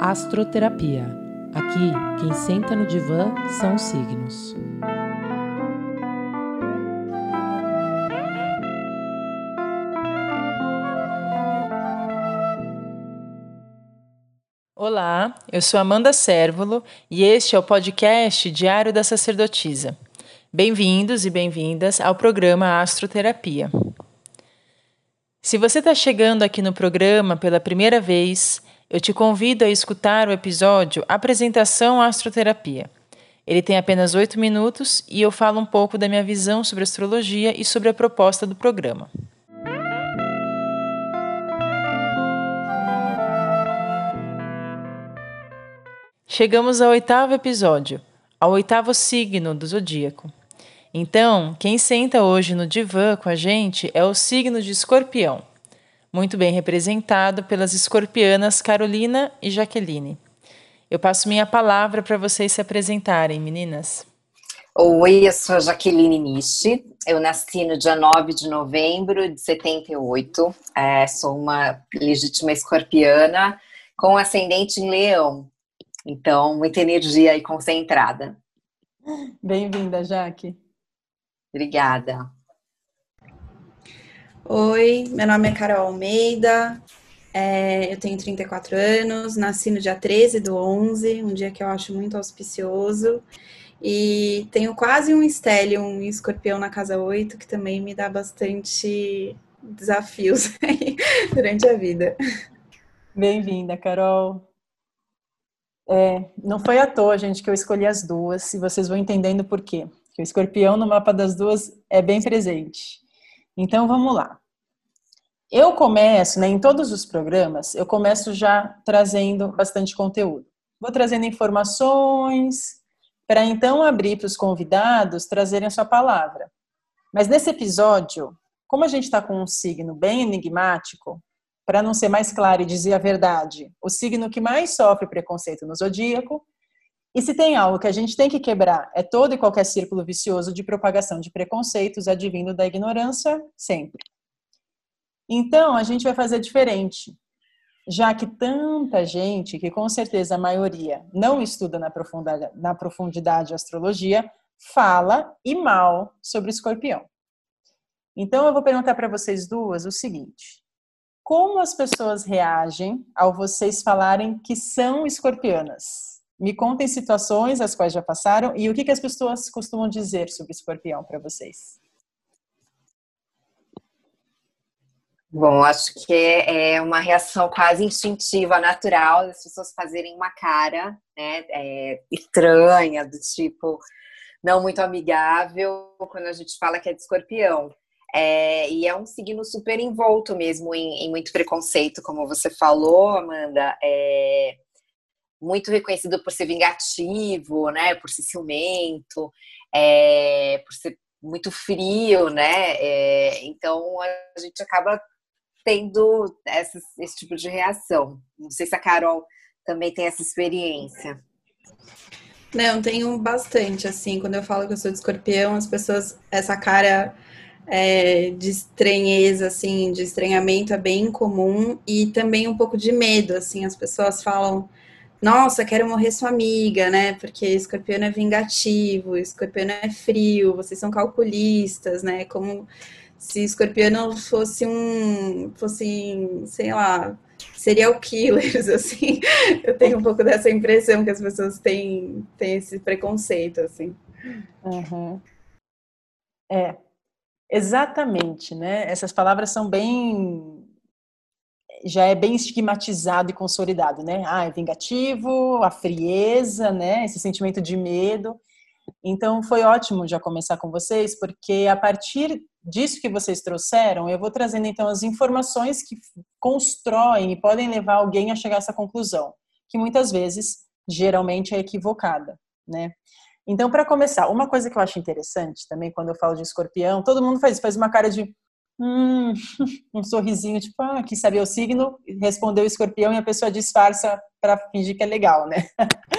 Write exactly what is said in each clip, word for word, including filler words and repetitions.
Astroterapia. Aqui, quem senta no divã são os signos. Olá, eu sou Amanda Cérvulo e este é o podcast Diário da Sacerdotisa. Bem-vindos e bem-vindas ao programa Astroterapia. Se você está chegando aqui no programa pela primeira vez, eu te convido a escutar o episódio Apresentação à Astroterapia. Ele tem apenas oito minutos e eu falo um pouco da minha visão sobre astrologia e sobre a proposta do programa. Chegamos ao oitavo episódio, ao oitavo signo do zodíaco. Então, quem senta hoje no divã com a gente é o signo de Escorpião, muito bem representado pelas escorpianas Carolina e Jaqueline. Eu passo minha palavra para vocês se apresentarem, meninas. Oi, eu sou a Jaqueline Nishi, eu nasci no dia nove de novembro de setenta e oito, é, sou uma legítima escorpiana com ascendente em leão, então muita energia aí concentrada. Bem-vinda, Jaque. Obrigada. Oi, meu nome é Carol Almeida, é, eu tenho trinta e quatro anos, nasci no dia treze do onze, um dia que eu acho muito auspicioso, e tenho quase um estélio, um escorpião na casa oito, que também me dá bastante desafios durante a vida. Bem-vinda, Carol. É, não foi à toa, gente, que eu escolhi as duas, e vocês vão entendendo por quê. Que o escorpião no mapa das duas é bem presente. Então, vamos lá. Eu começo, né, em todos os programas, eu começo já trazendo bastante conteúdo. Vou trazendo informações, para então abrir para os convidados trazerem a sua palavra. Mas nesse episódio, como a gente está com um signo bem enigmático, para não ser mais claro e dizer a verdade, o signo que mais sofre preconceito no zodíaco, e se tem algo que a gente tem que quebrar, é todo e qualquer círculo vicioso de propagação de preconceitos advindo da ignorância, sempre. Então, a gente vai fazer diferente, já que tanta gente, que com certeza a maioria não estuda na profundidade, na profundidade a astrologia, fala e mal sobre o escorpião. Então, eu vou perguntar para vocês duas o seguinte: como as pessoas reagem ao vocês falarem que são escorpianas? Me contem situações as quais já passaram e o que, que as pessoas costumam dizer sobre escorpião para vocês. Bom, acho que é uma reação quase instintiva, natural, das pessoas fazerem uma cara, né, é, estranha, do tipo, não muito amigável, quando a gente fala que é de escorpião. É, e é um signo super envolto mesmo em, em muito preconceito, como você falou, Amanda. É muito reconhecido por ser vingativo, né, por ser ciumento, é, por ser muito frio, né, é, então a gente acaba tendo essa, esse tipo de reação. Não sei se a Carol também tem essa experiência. Não, tenho bastante, assim, quando eu falo que eu sou de escorpião, as pessoas, essa cara é, de estranheza, assim, de estranhamento é bem comum, e também um pouco de medo, assim, as pessoas falam: nossa, quero morrer sua amiga, né? Porque escorpião é vingativo, escorpião é frio, vocês são calculistas, né? Como se escorpião fosse um, fosse, sei lá, serial killers, assim. Eu tenho um pouco dessa impressão que as pessoas têm, têm esse preconceito, assim. Uhum. É, exatamente, né? Essas palavras são bem... já é bem estigmatizado e consolidado, né? Ah, é vingativo, a frieza, né? Esse sentimento de medo. Então, foi ótimo já começar com vocês, porque a partir disso que vocês trouxeram, eu vou trazendo, então, as informações que constroem e podem levar alguém a chegar a essa conclusão, que muitas vezes, geralmente, é equivocada, né? Então, para começar, uma coisa que eu acho interessante também, quando eu falo de escorpião, todo mundo faz, faz uma cara de... Hum, um sorrisinho, tipo, ah, quis saber o signo, respondeu o escorpião e a pessoa disfarça para fingir que é legal, né?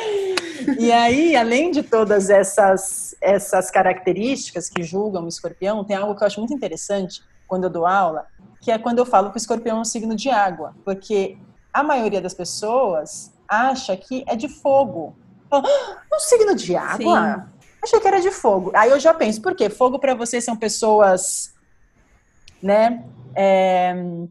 E aí, além de todas essas, essas características que julgam o escorpião, tem algo que eu acho muito interessante quando eu dou aula, que é quando eu falo que o escorpião é um signo de água, porque a maioria das pessoas acha que é de fogo. Um signo de água? Sim. Achei que era de fogo. Aí eu já penso, por quê? Fogo para vocês são pessoas, né? É,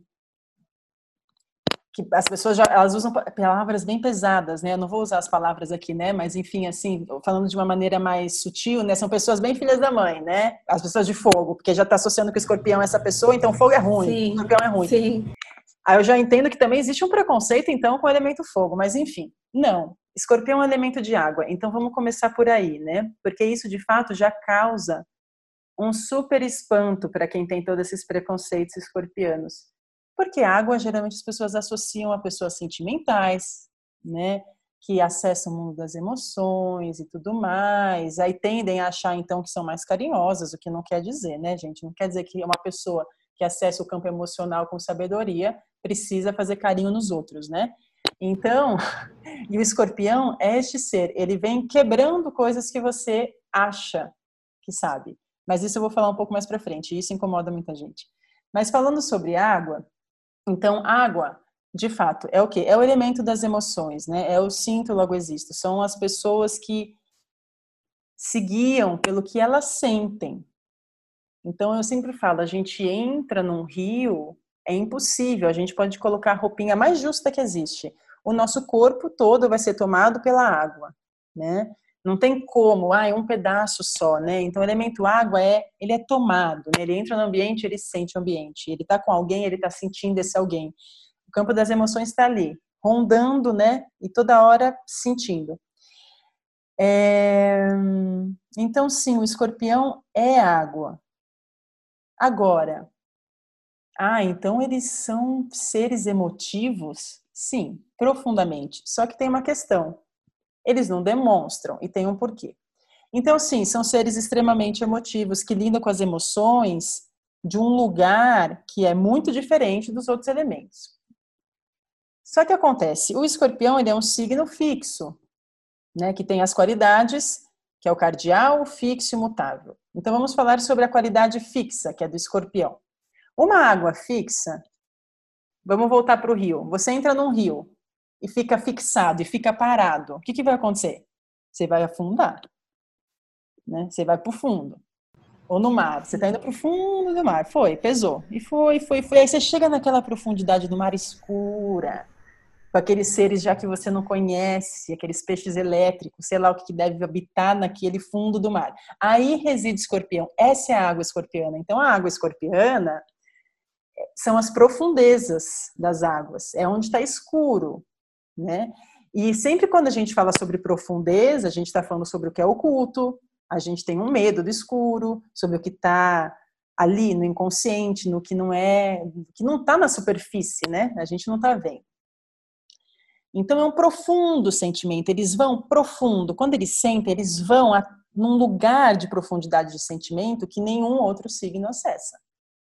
que as pessoas já, elas usam palavras bem pesadas, né? Eu não vou usar as palavras aqui, né? Mas enfim, assim, falando de uma maneira mais sutil, né? São pessoas bem filhas da mãe, né? As pessoas de fogo, porque já está associando que o escorpião é essa pessoa, então fogo é ruim, sim, escorpião é ruim. Sim. Aí eu já entendo que também existe um preconceito, então, com o elemento fogo, mas enfim, não. Escorpião é um elemento de água, então vamos começar por aí, né? Porque isso, de fato, já causa um super espanto para quem tem todos esses preconceitos escorpianos. Porque água, geralmente, as pessoas associam a pessoas sentimentais, né? Que acessam o mundo das emoções e tudo mais. Aí tendem a achar, então, que são mais carinhosas, o que não quer dizer, né, gente? Não quer dizer que uma pessoa que acessa o campo emocional com sabedoria precisa fazer carinho nos outros, né? Então, e o escorpião é este ser, ele vem quebrando coisas que você acha que sabe. Mas isso eu vou falar um pouco mais pra frente, e isso incomoda muita gente. Mas falando sobre água, então água, de fato, é o quê? É o elemento das emoções, né? É o sinto, logo existo. São as pessoas que se guiam pelo que elas sentem. Então eu sempre falo, a gente entra num rio, é impossível, a gente pode colocar a roupinha mais justa que existe. O nosso corpo todo vai ser tomado pela água, né? Não tem como, ah, é um pedaço só, né? Então o elemento água é, ele é tomado, né? Ele entra no ambiente, ele sente o ambiente. Ele está com alguém, ele está sentindo esse alguém. O campo das emoções está ali, rondando, né? E toda hora sentindo. É... Então sim, o escorpião é água. Agora, ah, então eles são seres emotivos? Sim, profundamente. Só que tem uma questão. Eles não demonstram e tem um porquê. Então, sim, são seres extremamente emotivos que lidam com as emoções de um lugar que é muito diferente dos outros elementos. Só que acontece, o escorpião ele é um signo fixo, né, que tem as qualidades, que é o cardial, o fixo e o mutável. Então, vamos falar sobre a qualidade fixa, que é do escorpião. Uma água fixa, vamos voltar para o rio. Você entra num rio e fica fixado, e fica parado. O que, que vai acontecer? Você vai afundar, né? Você vai para o fundo. Ou no mar, você está indo para o fundo do mar. Foi, pesou. E foi, foi, foi. Aí você chega naquela profundidade do mar escura, com aqueles seres já que você não conhece, aqueles peixes elétricos, sei lá o que deve habitar naquele fundo do mar. Aí reside o escorpião. Essa é a água escorpiana. Então, a água escorpiana são as profundezas das águas, é onde está escuro, né? E sempre quando a gente fala sobre profundeza, a gente está falando sobre o que é oculto, a gente tem um medo do escuro, sobre o que está ali no inconsciente, no que não é, que não está na superfície, né? A gente não está vendo. Então é um profundo sentimento, eles vão profundo, quando eles sentem, eles vão a, num lugar de profundidade de sentimento que nenhum outro signo acessa.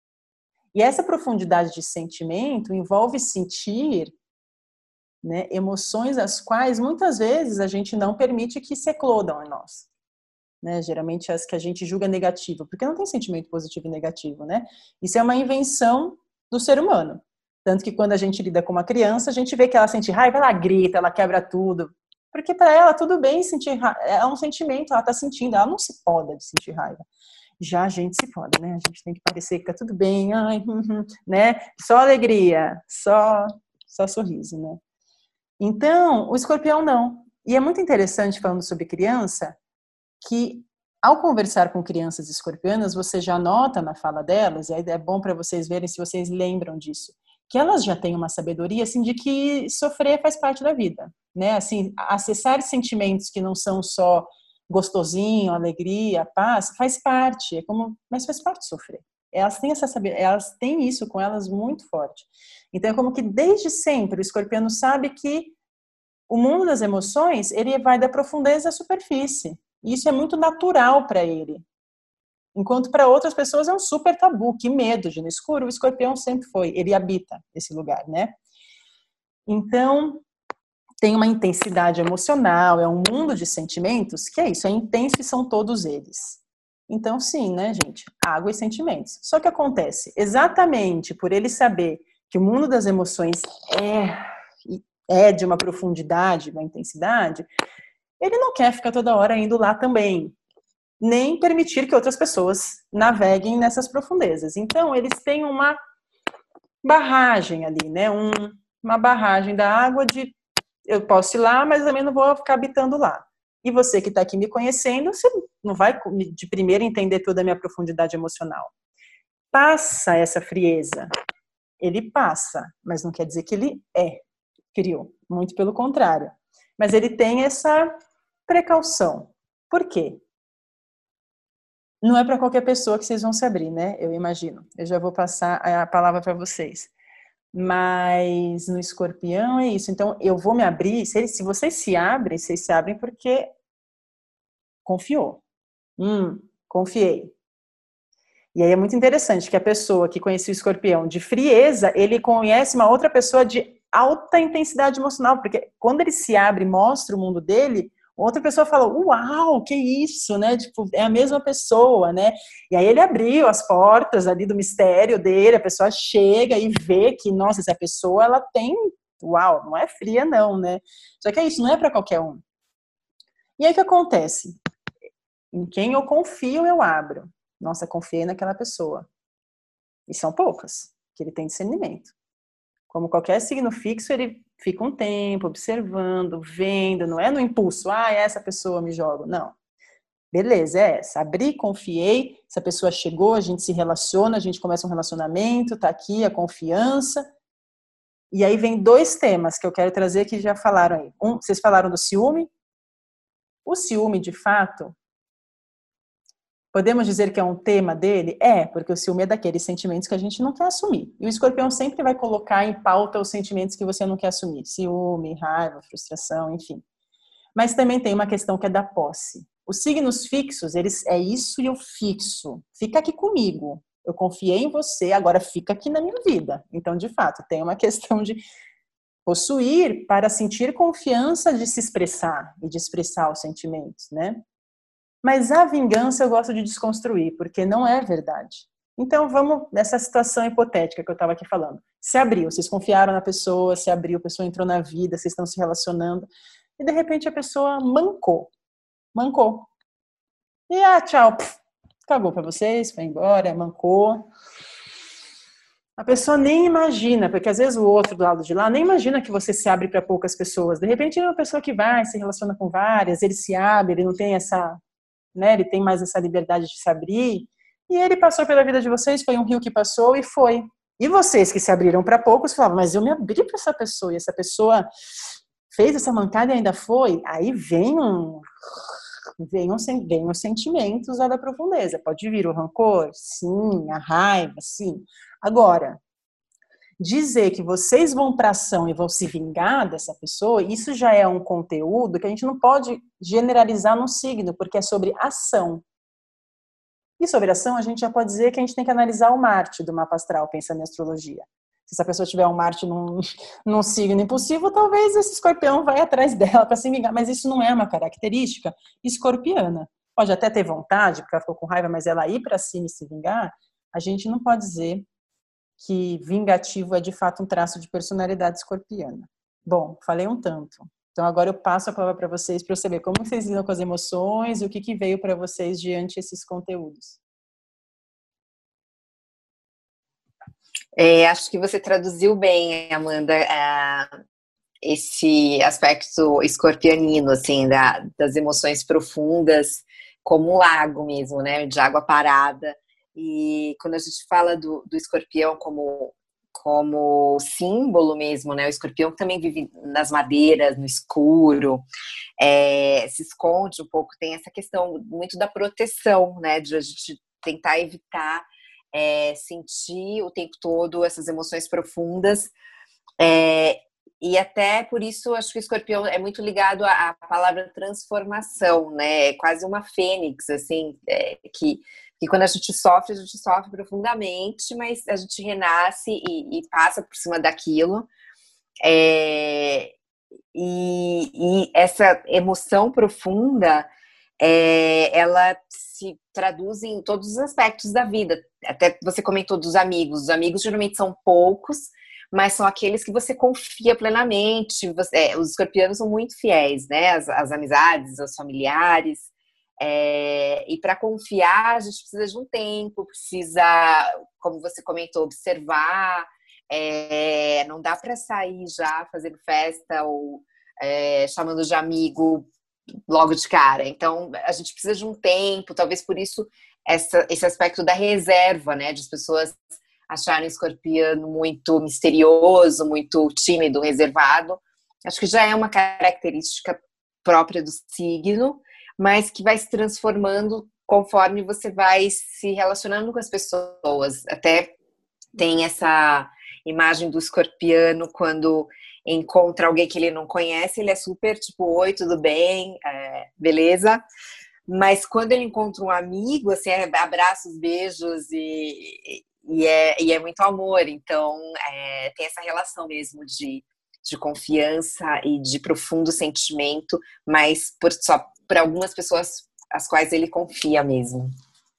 E essa profundidade de sentimento envolve sentir, né, emoções as quais muitas vezes a gente não permite que se eclodam em nós. Né? Geralmente as que a gente julga negativo, porque não tem sentimento positivo e negativo, né? Isso é uma invenção do ser humano. Tanto que quando a gente lida com uma criança, a gente vê que ela sente raiva, ela grita, ela quebra tudo. Porque para ela tudo bem sentir raiva, é um sentimento, ela está sentindo, ela não se poda de sentir raiva. Já a gente se pode, né? A gente tem que parecer que tá tudo bem, ai, hum, hum, né? Só alegria, só, só sorriso, né? Então, o escorpião não. E é muito interessante, falando sobre criança, que ao conversar com crianças escorpianas, você já nota na fala delas, e aí é bom para vocês verem se vocês lembram disso, que elas já têm uma sabedoria, assim, de que sofrer faz parte da vida, né? Assim, acessar sentimentos que não são só gostosinho, alegria, paz, faz parte, é como, mas faz parte de sofrer. Elas têm essa sabedoria, elas têm isso com elas muito forte. Então é como que desde sempre o escorpiano sabe que o mundo das emoções, ele vai da profundeza à superfície. E isso é muito natural para ele. Enquanto para outras pessoas é um super tabu, que medo de ir no escuro, o escorpião sempre foi, ele habita esse lugar, né? Então, tem uma intensidade emocional, é um mundo de sentimentos, que é isso, é intenso e são todos eles. Então, sim, né, gente? Água e sentimentos. Só que acontece, exatamente por ele saber que o mundo das emoções é, é de uma profundidade, uma intensidade, ele não quer ficar toda hora indo lá também, nem permitir que outras pessoas naveguem nessas profundezas. Então, eles têm uma barragem ali, né? Um, uma barragem da água de eu posso ir lá, mas também não vou ficar habitando lá. E você que está aqui me conhecendo, você não vai de primeiro entender toda a minha profundidade emocional. Passa essa frieza. Ele passa, mas não quer dizer que ele é frio. Muito pelo contrário. Mas ele tem essa precaução. Por quê? Não é para qualquer pessoa que vocês vão se abrir, né? Eu imagino. Eu já vou passar a palavra para vocês. Mas no escorpião é isso. Então, eu vou me abrir. Se, se vocês se abrem, vocês se abrem porque confiou. Hum, confiei. E aí é muito interessante que a pessoa que conhecia o escorpião de frieza, ele conhece uma outra pessoa de alta intensidade emocional. Porque quando ele se abre e mostra o mundo dele, outra pessoa fala, uau, que isso, né? Tipo, é a mesma pessoa, né? E aí ele abriu as portas ali do mistério dele, a pessoa chega e vê que, nossa, essa pessoa, ela tem, uau, não é fria não, né? Só que é isso, não é para qualquer um. E aí o que acontece? Em quem eu confio, eu abro. Nossa, confiei naquela pessoa. E são poucas, que ele tem discernimento. Como qualquer signo fixo, ele fica um tempo observando, vendo, não é no impulso, ah, essa pessoa me joga. Não. Beleza, é essa. Abri, confiei, essa pessoa chegou, a gente se relaciona, a gente começa um relacionamento, tá aqui a confiança. E aí vem dois temas que eu quero trazer que já falaram aí. Um, vocês falaram do ciúme. O ciúme, de fato, podemos dizer que é um tema dele? É, porque o ciúme é daqueles sentimentos que a gente não quer assumir. E o escorpião sempre vai colocar em pauta os sentimentos que você não quer assumir. Ciúme, raiva, frustração, enfim. Mas também tem uma questão que é da posse. Os signos fixos, eles é isso e eu fixo. Fica aqui comigo. Eu confiei em você, agora fica aqui na minha vida. Então, de fato, tem uma questão de possuir para sentir confiança de se expressar e de expressar os sentimentos, né? Mas a vingança eu gosto de desconstruir, porque não é verdade. Então vamos nessa situação hipotética que eu estava aqui falando. Se abriu, vocês confiaram na pessoa, se abriu, a pessoa entrou na vida, vocês estão se relacionando, e de repente a pessoa mancou. Mancou. E ah, tchau, pff, acabou para vocês, foi embora, mancou. A pessoa nem imagina, porque às vezes o outro do lado de lá nem imagina que você se abre para poucas pessoas. De repente é uma pessoa que vai, se relaciona com várias, ele se abre, ele não tem essa... Né, ele tem mais essa liberdade de se abrir, e ele passou pela vida de vocês, foi um rio que passou e foi. E vocês que se abriram para poucos, falavam, mas eu me abri para essa pessoa, e essa pessoa fez essa mancada e ainda foi, aí vem um, vem, um, vem os sentimentos lá da profundeza, pode vir o rancor, sim, a raiva, sim. Agora, dizer que vocês vão para ação e vão se vingar dessa pessoa, isso já é um conteúdo que a gente não pode generalizar num signo, porque é sobre ação. E sobre ação, a gente já pode dizer que a gente tem que analisar o Marte do mapa astral, pensando em astrologia. Se essa pessoa tiver um Marte num, num signo impulsivo, talvez esse escorpião vai atrás dela para se vingar, mas isso não é uma característica escorpiana. Pode até ter vontade, porque ela ficou com raiva, mas ela ir para cima e se vingar, a gente não pode dizer que vingativo é de fato um traço de personalidade escorpiana. Bom, falei um tanto. Então agora eu passo a palavra para vocês para eu saber como vocês lidam com as emoções e o que, que veio para vocês diante desses conteúdos. É, acho que você traduziu bem, Amanda, é, esse aspecto escorpianino, assim, da, das emoções profundas, como um lago mesmo, né, de água parada. E quando a gente fala do, do escorpião como, como símbolo mesmo, né? O escorpião também vive nas madeiras, no escuro, é, se esconde um pouco, tem essa questão muito da proteção, né? De a gente tentar evitar é, sentir o tempo todo essas emoções profundas. É, e até por isso acho que o escorpião é muito ligado à, à palavra transformação, né? É quase uma fênix, assim, é, que que quando a gente sofre, a gente sofre profundamente, mas a gente renasce e, e passa por cima daquilo. É, e, e essa emoção profunda, é, ela se traduz em todos os aspectos da vida. Até você comentou dos amigos. Os amigos geralmente são poucos, mas são aqueles que você confia plenamente. Você, é, os escorpianos são muito fiéis, né? As, as amizades, os familiares. É, e para confiar, a gente precisa de um tempo, precisa, como você comentou, observar. É, não dá para sair já fazendo festa ou é, chamando de amigo logo de cara. Então, a gente precisa de um tempo, talvez por isso essa, esse aspecto da reserva, né? De as pessoas acharem o escorpiano muito misterioso, muito tímido, reservado. Acho que já é uma característica própria do signo, mas que vai se transformando conforme você vai se relacionando com as pessoas. Até tem essa imagem do escorpiano quando encontra alguém que ele não conhece, ele é super tipo, oi, tudo bem, é, beleza? Mas quando ele encontra um amigo, assim, é abraços, beijos e, e, é, e é muito amor. Então, é, tem essa relação mesmo de, de confiança e de profundo sentimento, mas por, só para algumas pessoas as quais ele confia mesmo.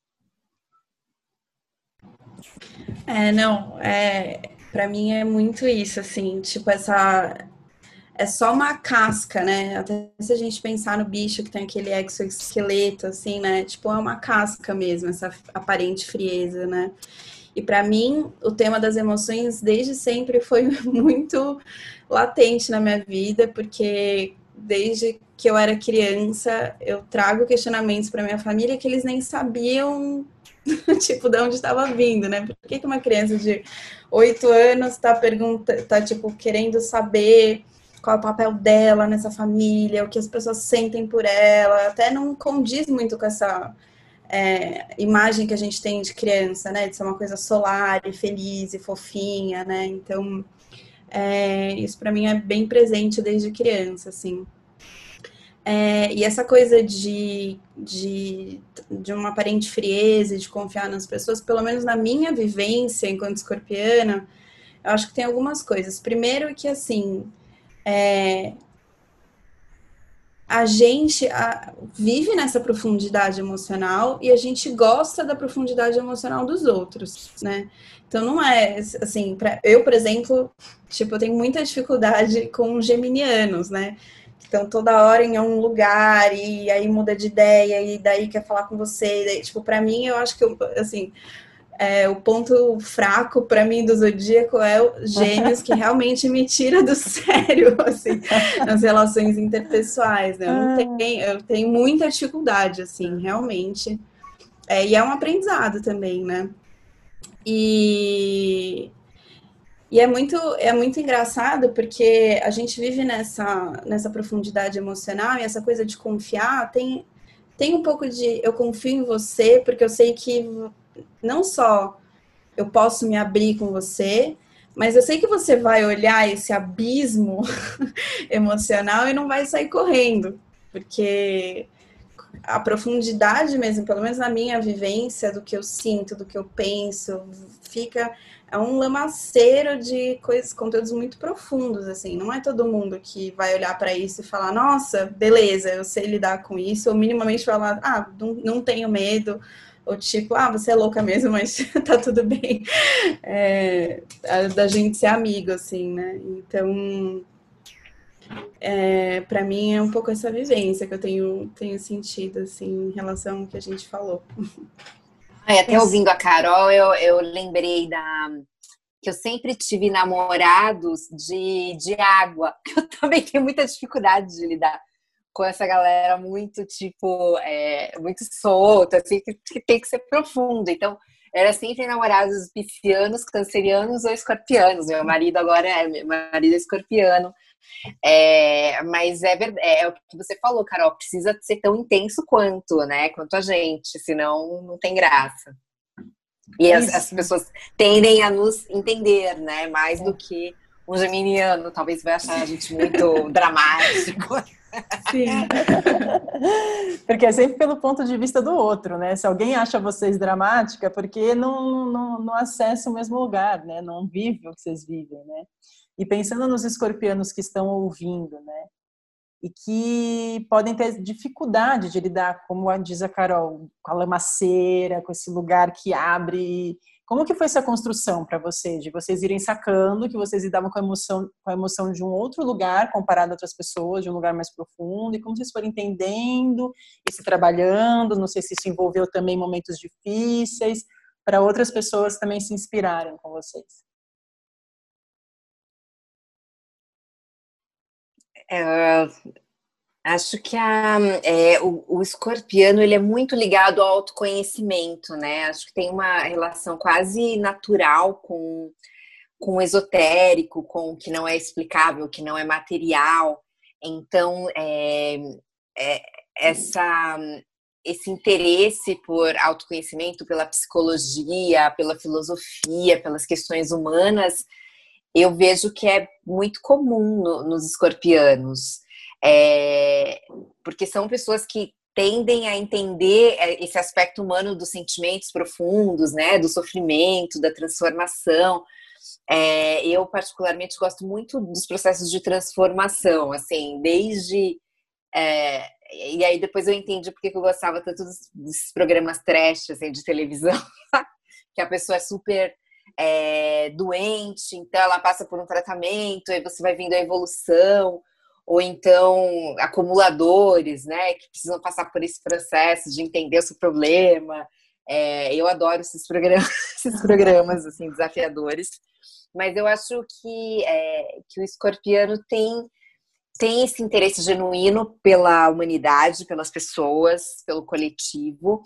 É, não, é, para mim é muito isso, assim, tipo, essa, é só uma casca, né, até se a gente pensar no bicho que tem aquele exoesqueleto, assim, né, tipo, é uma casca mesmo, essa aparente frieza, né, e para mim, o tema das emoções desde sempre foi muito latente na minha vida, porque desde que eu era criança, eu trago questionamentos para minha família que eles nem sabiam tipo, de onde estava vindo, né? Por que, que uma criança de oito anos está perguntando, tá, tipo, querendo saber qual é o papel dela nessa família, o que as pessoas sentem por ela, até não condiz muito com essa é, imagem que a gente tem de criança, né? De ser uma coisa solar e feliz e fofinha, né? Então, é, isso para mim é bem presente desde criança, assim. É, e essa coisa de, de, de uma aparente frieza, de confiar nas pessoas, pelo menos na minha vivência enquanto escorpiana, eu acho que tem algumas coisas. Primeiro que, assim, é, a gente a, vive nessa profundidade emocional e a gente gosta da profundidade emocional dos outros, né? Então, não é, assim, pra, eu, por exemplo, tipo, eu tenho muita dificuldade com geminianos, né? Então, toda hora em um lugar, e aí muda de ideia, e daí quer falar com você. E daí, tipo, pra mim, eu acho que, eu, assim, é, o ponto fraco pra mim do Zodíaco é o Gêmeos, que realmente me tira do sério, assim, nas relações interpessoais, né? Eu não tenho, eu tenho muita dificuldade, assim, realmente. É, e é um aprendizado também, né? E... E é muito, é muito engraçado porque a gente vive nessa, nessa profundidade emocional e essa coisa de confiar tem, tem um pouco de eu confio em você porque eu sei que não só eu posso me abrir com você, mas eu sei que você vai olhar esse abismo emocional e não vai sair correndo, porque a profundidade mesmo, pelo menos na minha vivência, do que eu sinto, do que eu penso, fica... É um lamaceiro de coisas, conteúdos muito profundos, assim. Não é todo mundo que vai olhar para isso e falar, nossa, beleza, eu sei lidar com isso, ou minimamente falar, ah, não, não tenho medo, ou tipo, ah, você é louca mesmo, mas tá tudo bem. É, da gente ser amigo, assim, né? Então, é, para mim é um pouco essa vivência que eu tenho, tenho sentido, assim, em relação ao que a gente falou. Ai, até ouvindo a Carol, eu, eu lembrei da que eu sempre tive namorados de, de água. Eu também tenho muita dificuldade de lidar com essa galera muito, tipo, é, muito solta, assim, que, que tem que ser profundo. Então, era sempre namorados piscianos, cancerianos ou escorpianos. Meu marido agora é, meu marido é escorpiano. É, mas é, é, é o que você falou, Carol, precisa ser tão intenso quanto, né? Quanto a gente, senão não tem graça. E as, as pessoas tendem a nos entender, né? Mais é. do que um geminiano, talvez vai achar a gente muito dramático. Sim. Porque é sempre pelo ponto de vista do outro, né? Se alguém acha vocês dramática, porque não, não, não acessa o mesmo lugar, né? Não vive o que vocês vivem, né? E pensando nos escorpianos que estão ouvindo, né? E que podem ter dificuldade de lidar, como diz a Carol, com a lamaceira, com esse lugar que abre, Como que foi essa construção para você, de vocês irem sacando que vocês lidavam com a emoção, com a emoção de um outro lugar comparado a outras pessoas, de um lugar mais profundo, e como vocês foram entendendo e se trabalhando, não sei se isso envolveu também momentos difíceis, para outras pessoas também se inspirarem com vocês. É, acho que a, é, o, o escorpiano ele é muito ligado ao autoconhecimento, né? Acho que tem uma relação quase natural com, com o esotérico, com o que não é explicável, o que não é material. Então, é, é, essa, esse interesse por autoconhecimento, pela psicologia, pela filosofia, pelas questões humanas, eu vejo que é muito comum no, nos escorpianos, é, porque são pessoas que tendem a entender esse aspecto humano dos sentimentos profundos, né, do sofrimento, da transformação. É, eu particularmente gosto muito dos processos de transformação, assim, desde é, e aí depois eu entendi porque que eu gostava tanto dos, desses programas trash, assim, de televisão, que a pessoa é super É, doente, então ela passa por um tratamento, aí você vai vendo a evolução, ou então acumuladores, né, que precisam passar por esse processo de entender o seu problema. É, eu adoro esses programas, esses programas assim, desafiadores, mas eu acho que, é, que o escorpiano tem, tem esse interesse genuíno pela humanidade, pelas pessoas, pelo coletivo,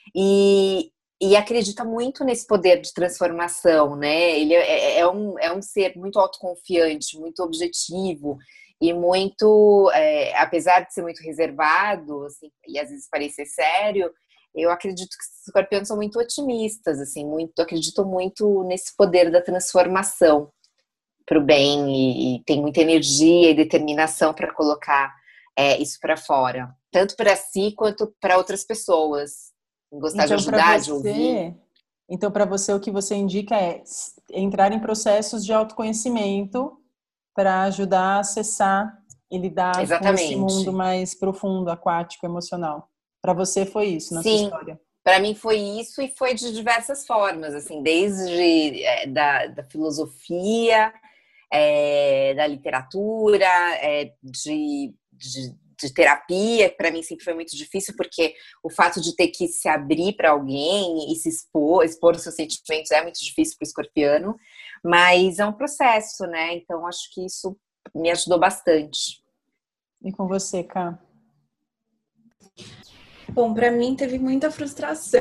e E acredita muito nesse poder de transformação, né? Ele é, é, um, é um ser muito autoconfiante, muito objetivo e muito, é, apesar de ser muito reservado, assim, e às vezes parecer sério, eu acredito que os escorpiões são muito otimistas, assim, muito, acreditam muito nesse poder da transformação para o bem e, e tem muita energia e determinação para colocar é, isso para fora, tanto para si quanto para outras pessoas. Gostar Então, de ajudar, para de ouvir. você, então, para você, o que você indica é entrar em processos de autoconhecimento para ajudar a acessar e lidar com esse mundo Exatamente. mais profundo, aquático, emocional. Para você foi isso, na sua Sim, história? para mim foi isso e foi de diversas formas, assim, desde é, da, da filosofia, é, da literatura, é, de, de de terapia, que para mim sempre foi muito difícil, porque o fato de ter que se abrir para alguém e se expor, expor os seus sentimentos é muito difícil para o escorpiano, mas é um processo, né? Então acho que isso me ajudou bastante. E com você, Ká? Bom, para mim teve muita frustração,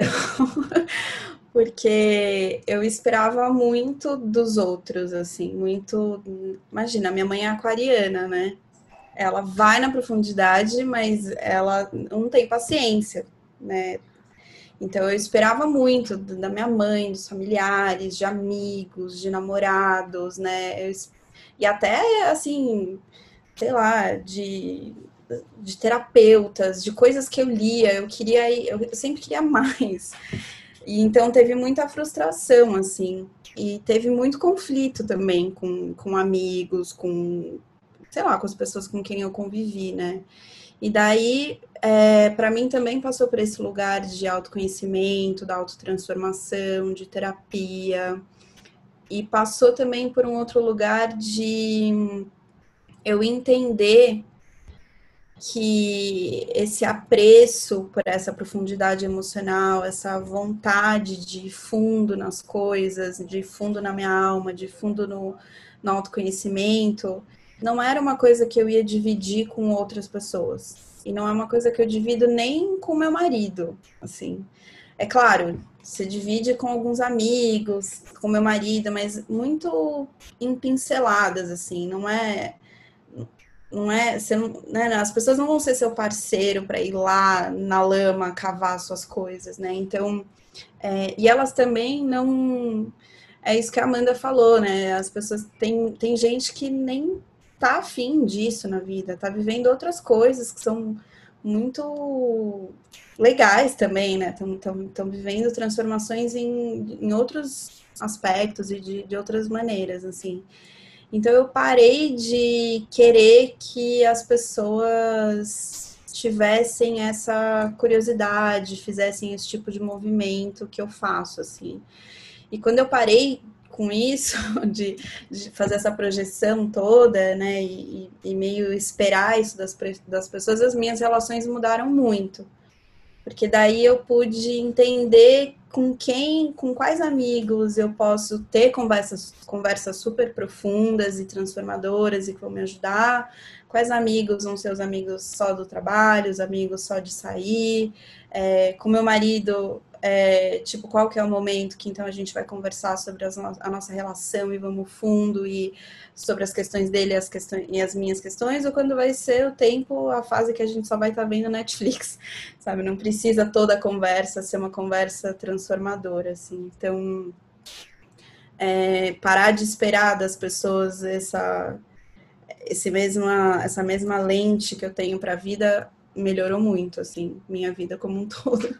porque eu esperava muito dos outros, assim, muito... Imagina, minha mãe é aquariana, né? Ela vai na profundidade, mas ela não tem paciência, né? Então eu esperava muito da minha mãe, dos familiares, de amigos, de namorados, né? Eu, e até, assim, sei lá, de, de terapeutas, de coisas que eu lia, eu queria, eu sempre queria mais. E então teve muita frustração, assim, e teve muito conflito também com, com amigos, com, sei lá, com as pessoas com quem eu convivi, né? E daí, é, para mim também passou por esse lugar de autoconhecimento, da autotransformação, de terapia, e passou também por um outro lugar de eu entender que esse apreço por essa profundidade emocional, essa vontade de fundo nas coisas, de fundo na minha alma, de fundo no, no autoconhecimento, não era uma coisa que eu ia dividir com outras pessoas. E não é uma coisa que eu divido nem com meu marido, assim. É claro, você divide com alguns amigos, com meu marido, mas muito em pinceladas, assim, não é... Não é, você não, né, as pessoas não vão ser seu parceiro para ir lá na lama cavar suas coisas, né? Então, é, e elas também não... É isso que a Amanda falou, né? As pessoas... Tem, tem gente que nem tá afim disso na vida, tá vivendo outras coisas que são muito legais também, né? Estão vivendo transformações em, em outros aspectos e de, de outras maneiras, assim. Então eu parei de querer que as pessoas tivessem essa curiosidade, fizessem esse tipo de movimento que eu faço, assim. E quando eu parei com isso, de, de fazer essa projeção toda, né, e, e meio esperar isso das, das pessoas, as minhas relações mudaram muito. Porque daí eu pude entender com quem, com quais amigos eu posso ter conversas, conversas super profundas e transformadoras e que vão me ajudar, quais amigos vão ser os amigos só do trabalho, os amigos só de sair, é, com meu marido, é, tipo, qual que é o momento que então a gente vai conversar sobre as no- a nossa relação e vamos fundo e sobre as questões dele as questões, e as minhas questões, ou quando vai ser o tempo, a fase que a gente só vai estar vendo Netflix, sabe? Não precisa toda a conversa ser uma conversa transformadora, assim. Então, é, parar de esperar das pessoas essa, esse mesma, essa mesma lente que eu tenho para a vida melhorou muito, assim, minha vida como um todo.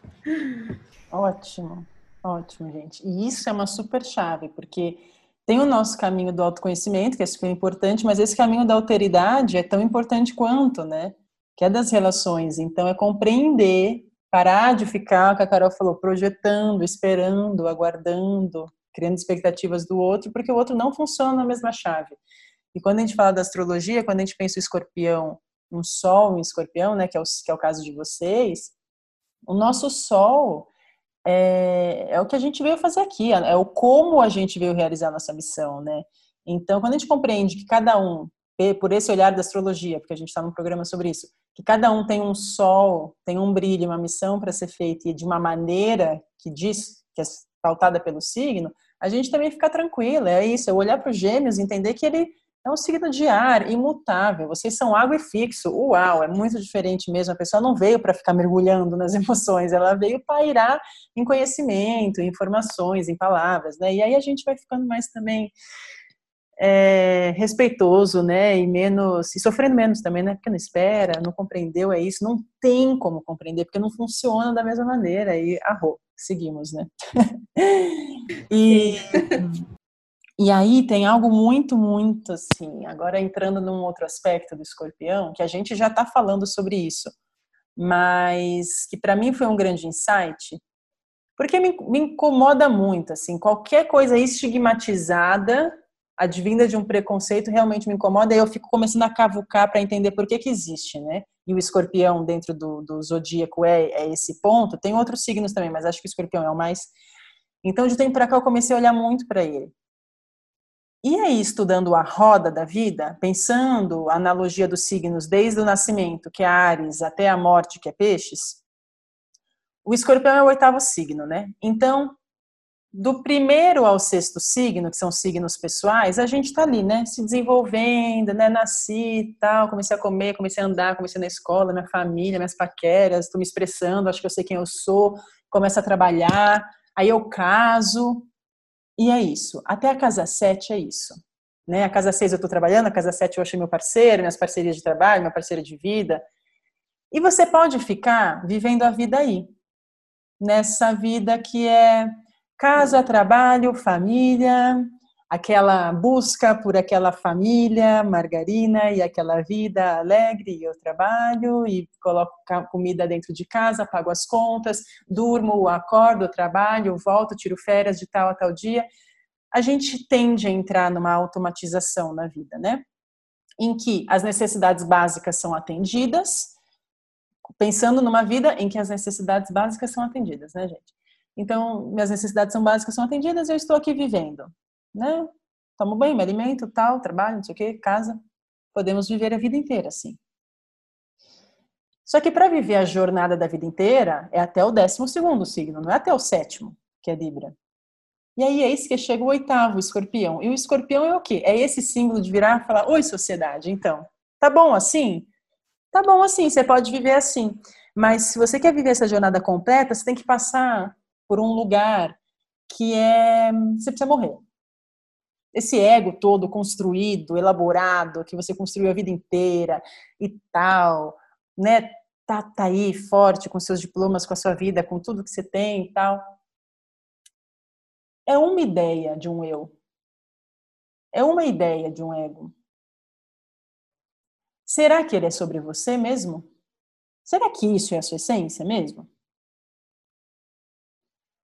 Ótimo, ótimo, gente. E isso é uma super chave, porque tem o nosso caminho do autoconhecimento, que é super importante, mas esse caminho da alteridade é tão importante quanto, né? Que é das relações. Então, é compreender, parar de ficar, o que a Carol falou, projetando, esperando, aguardando, criando expectativas do outro, porque o outro não funciona na mesma chave. E quando a gente fala da astrologia, quando a gente pensa o escorpião, um sol em escorpião, né, que é o, que é o caso de vocês, o nosso sol é, é o que a gente veio fazer aqui, é o como a gente veio realizar a nossa missão, né? Então, quando a gente compreende que cada um, por esse olhar da astrologia, porque a gente está num programa sobre isso, que cada um tem um sol, tem um brilho, uma missão para ser feita e de uma maneira que diz, que é pautada pelo signo, a gente também fica tranquila, é isso, é olhar para os gêmeos e entender que ele é um signo de ar, imutável, vocês são água e fixo, uau, é muito diferente mesmo, a pessoa não veio para ficar mergulhando nas emoções, ela veio pairar em conhecimento, em informações, em palavras, né, e aí a gente vai ficando mais também é, respeitoso, né, e menos, e sofrendo menos também, né, porque não espera, não compreendeu, é isso, não tem como compreender, porque não funciona da mesma maneira, e arro, seguimos, né. E... E aí tem algo muito, muito assim, agora entrando num outro aspecto do escorpião, que a gente já está falando sobre isso, mas que para mim foi um grande insight, porque me, me incomoda muito, assim, qualquer coisa estigmatizada, advinda de um preconceito, realmente me incomoda, e eu fico começando a cavucar para entender por que que existe, né? E o escorpião dentro do, do zodíaco é, é esse ponto, tem outros signos também, mas acho que o escorpião é o mais... Então, de tempo para cá, eu comecei a olhar muito para ele. E aí, estudando a roda da vida, pensando a analogia dos signos desde o nascimento, que é Áries, até a morte, que é Peixes, o escorpião é o oitavo signo, né? Então, do primeiro ao sexto signo, que são signos pessoais, a gente tá ali, né? Se desenvolvendo, né? Nasci e tal, comecei a comer, comecei a andar, comecei na escola, minha família, minhas paqueras, tô me expressando, acho que eu sei quem eu sou, começo a trabalhar, aí eu caso. E é isso. Até a casa sete é isso. Né? A casa seis eu estou trabalhando, a casa sete eu achei meu parceiro, minhas parcerias de trabalho, minha parceira de vida. E você pode ficar vivendo a vida aí. Nessa vida que é casa, trabalho, família, aquela busca por aquela família, margarina e aquela vida alegre, e eu trabalho e coloco comida dentro de casa, pago as contas, durmo, acordo, trabalho, volto, tiro férias de tal a tal dia. A gente tende a entrar numa automatização na vida, né? Em que as necessidades básicas são atendidas, pensando numa vida em que as necessidades básicas são atendidas, né, gente? Então, minhas necessidades são básicas, são atendidas, eu estou aqui vivendo, né? Tomo banho, me alimento, tal, trabalho, não sei o quê, casa. Podemos viver a vida inteira assim. Só que para viver a jornada da vida inteira é até o décimo segundo signo, não é até o sétimo, que é Libra. E aí é isso que chega o oitavo, o escorpião. E o escorpião é o quê? É esse símbolo de virar e falar, oi, sociedade, então, tá bom assim? Tá bom assim, você pode viver assim. Mas se você quer viver essa jornada completa, você tem que passar por um lugar que é... Você precisa morrer. Esse ego todo construído, elaborado, que você construiu a vida inteira e tal, né? Tá, tá aí forte com seus diplomas, com a sua vida, com tudo que você tem e tal. É uma ideia de um eu. É uma ideia de um ego. Será que ele é sobre você mesmo? Será que isso é a sua essência mesmo?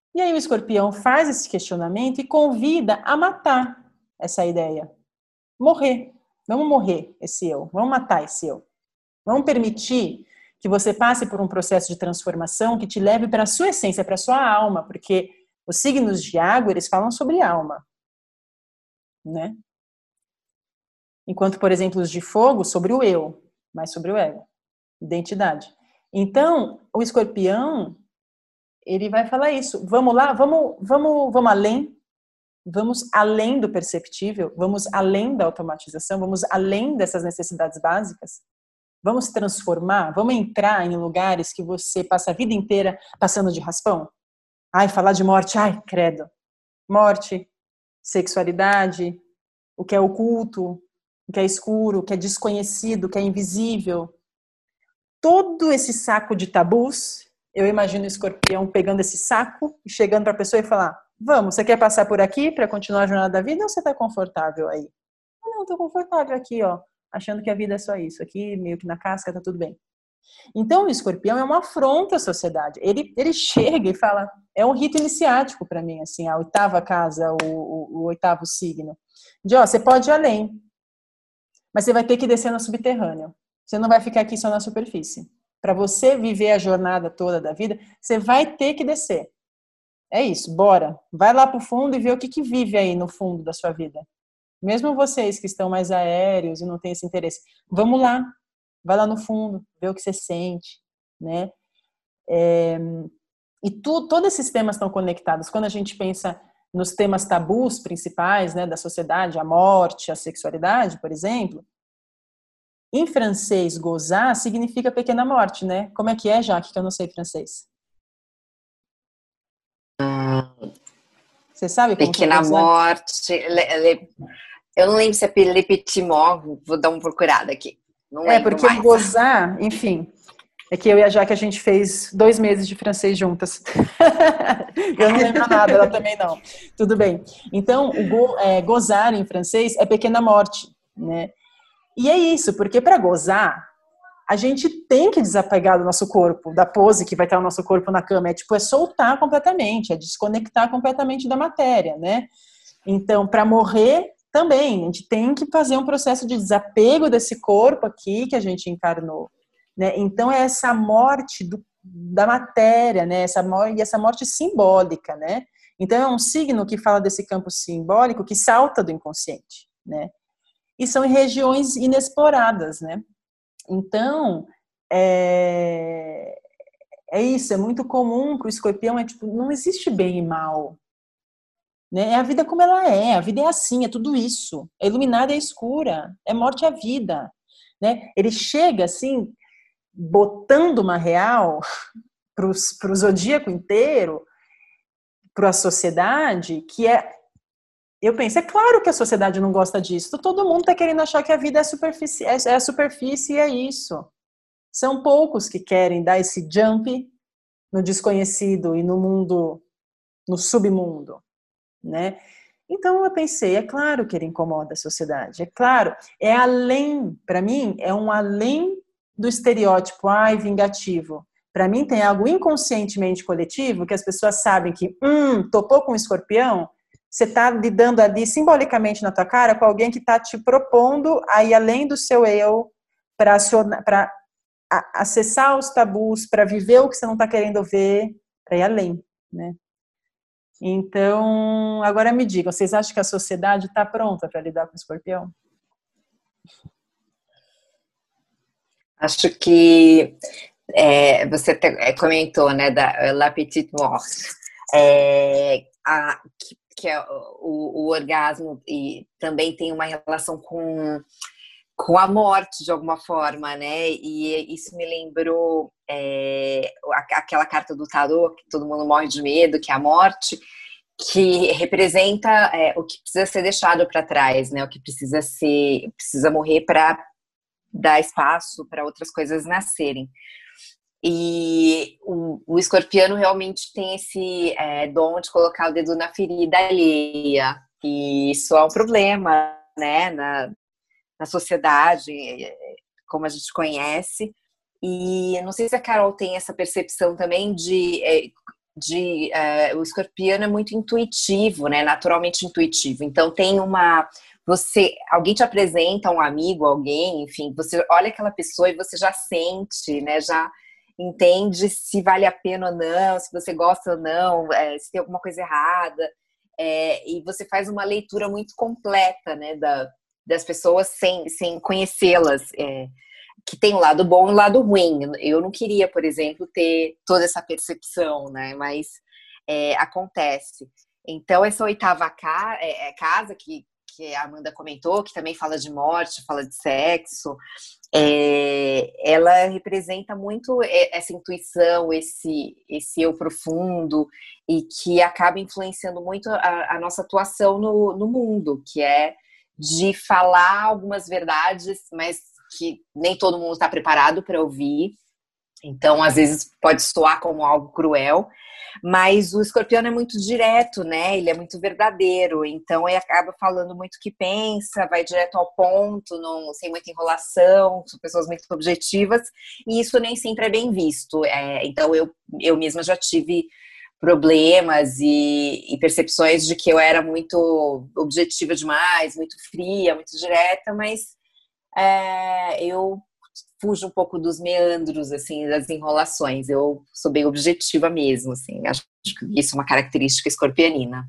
E aí o escorpião faz esse questionamento e convida a matar essa ideia. Morrer. Vamos morrer esse eu. Vamos matar esse eu. Vamos permitir que você passe por um processo de transformação que te leve para a sua essência, para a sua alma, porque os signos de água, eles falam sobre alma, né? Enquanto, por exemplo, os de fogo, sobre o eu, mas sobre o ego, identidade. Então, o escorpião, ele vai falar isso. Vamos lá, vamos, vamos, vamos além, vamos além do perceptível, vamos além da automatização, vamos além dessas necessidades básicas. Vamos transformar, vamos entrar em lugares que você passa a vida inteira passando de raspão. Ai, falar de morte, ai, credo. Morte, sexualidade, o que é oculto, o que é escuro, o que é desconhecido, o que é invisível. Todo esse saco de tabus, eu imagino o escorpião pegando esse saco e chegando para a pessoa e falar, vamos, você quer passar por aqui para continuar a jornada da vida ou você está confortável aí? Não, estou confortável aqui, ó, achando que a vida é só isso. Aqui, meio que na casca, tá tudo bem. Então, o escorpião é uma afronta à sociedade. Ele, ele chega e fala, é um rito iniciático para mim, assim, a oitava casa, o, o, o oitavo signo. De, ó, você pode ir além, mas você vai ter que descer no subterrâneo. Você não vai ficar aqui só na superfície. Para você viver a jornada toda da vida, você vai ter que descer. É isso, bora. Vai lá pro fundo e vê o que, que vive aí no fundo da sua vida. Mesmo vocês que estão mais aéreos e não têm esse interesse, vamos lá. Vai lá no fundo, vê o que você sente, né? É, e tu, todos esses temas estão conectados. Quando a gente pensa nos temas tabus principais, né, da sociedade, a morte, a sexualidade, por exemplo, em francês, gozar significa pequena morte, né? Como é que é, Jaque, que eu não sei francês? Você sabe como Pequena que é morte. Le, le, eu não lembro se é Le Petit Mort, vou dar uma procurada aqui. Não é, lembro porque mais. gozar, enfim, é que eu e a Jaque a gente fez dois meses de francês juntas. Eu não lembro nada, ela também não. Tudo bem. Então, o go, é, gozar em francês é pequena morte, né? E é isso, porque para gozar, a gente tem que desapegar do nosso corpo, da pose que vai estar o nosso corpo na cama. É tipo, é soltar completamente, é desconectar completamente da matéria, né? Então, para morrer, também, a gente tem que fazer um processo de desapego desse corpo aqui que a gente encarnou, né? Então, é essa morte do, da matéria, né? Essa morte, e essa morte simbólica, né? Então, é um signo que fala desse campo simbólico que salta do inconsciente, né? E são em regiões inexploradas, né? Então, é, é isso, é muito comum que o escorpião é tipo, não existe bem e mal, né? É a vida como ela é, a vida é assim, é tudo isso, é iluminada e é escura, é morte e a vida, né? Ele chega assim, botando uma real para o zodíaco inteiro, para a sociedade, que é, eu penso, é claro que a sociedade não gosta disso, todo mundo está querendo achar que a vida é, superfície, é, é a superfície e é isso. São poucos que querem dar esse jump no desconhecido e no mundo, no submundo, né? Então eu pensei, é claro que ele incomoda a sociedade, é claro, é além, para mim, é um além do estereótipo, ai, vingativo. Para mim tem algo inconscientemente coletivo que as pessoas sabem que, hum, topou com um escorpião, você está lidando ali simbolicamente na tua cara com alguém que está te propondo a ir além do seu eu para acessar os tabus, para viver o que você não está querendo ver, para ir além, né? Então, agora me digam, vocês acham que a sociedade está pronta para lidar com o escorpião? Acho que é, você te, comentou, né, da La Petite Mort, é, a, que, que é o, o orgasmo e também tem uma relação com com a morte de alguma forma, né? E isso me lembrou é, aquela carta do tarô que todo mundo morre de medo, que é a morte, que representa é, o que precisa ser deixado para trás, né? O que precisa ser, precisa morrer para dar espaço para outras coisas nascerem. E o, o escorpiano realmente tem esse é, dom de colocar o dedo na ferida alheia. E isso é um problema, né? Na, na sociedade, como a gente conhece. E não sei se a Carol tem essa percepção também de... É, de é, o escorpiano é muito intuitivo, né? Naturalmente intuitivo. Então tem uma você, alguém te apresenta um amigo, alguém, enfim, você olha aquela pessoa e você já sente, né? Já entende se vale a pena ou não, se você gosta ou não, é, se tem alguma coisa errada. É, e você faz uma leitura muito completa, né? Da, das pessoas sem, sem conhecê-las. É, que tem o um lado bom e o um lado ruim. Eu não queria, por exemplo, ter toda essa percepção, né? Mas é, acontece. Então, essa oitava ca é, casa que, que a Amanda comentou, que também fala de morte, fala de sexo, é, ela representa muito essa intuição, esse, esse eu profundo, e que acaba influenciando muito a, a nossa atuação no, no mundo, que é de falar algumas verdades, mas que nem todo mundo está preparado para ouvir. Então, às vezes, pode soar como algo cruel, mas o escorpião é muito direto, né? Ele é muito verdadeiro, então ele acaba falando muito o que pensa, vai direto ao ponto, não, sem muita enrolação, são pessoas muito objetivas, e isso nem sempre é bem visto. É, então, eu, eu mesma já tive problemas e, e percepções de que eu era muito objetiva demais, muito fria, muito direta, mas É, eu fujo um pouco dos meandros, assim, das enrolações. Eu sou bem objetiva mesmo, assim. Acho que isso é uma característica escorpianina.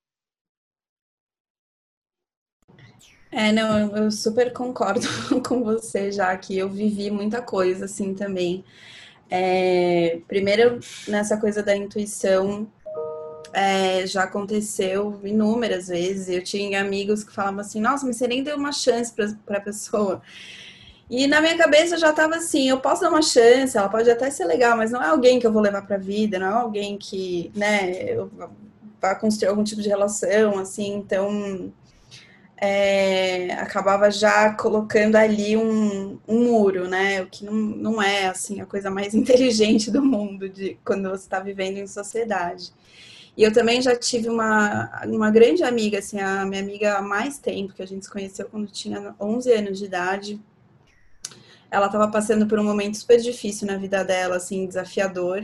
É, não, eu super concordo com você, já que eu vivi muita coisa, assim, também. É, primeiro, nessa coisa da intuição, É, já aconteceu inúmeras vezes. Eu tinha amigos que falavam assim, nossa, mas você nem deu uma chance para a pessoa. E na minha cabeça eu já estava assim, eu posso dar uma chance, ela pode até ser legal, mas não é alguém que eu vou levar para a vida, não é alguém que, né, eu vá construir algum tipo de relação, assim, então é, acabava já colocando ali um, um muro, né, o que não, não é, assim, a coisa mais inteligente do mundo de quando você está vivendo em sociedade. E eu também já tive uma, uma grande amiga, assim, a minha amiga há mais tempo, que a gente se conheceu quando tinha onze anos de idade. Ela estava passando por um momento super difícil na vida dela, assim, desafiador.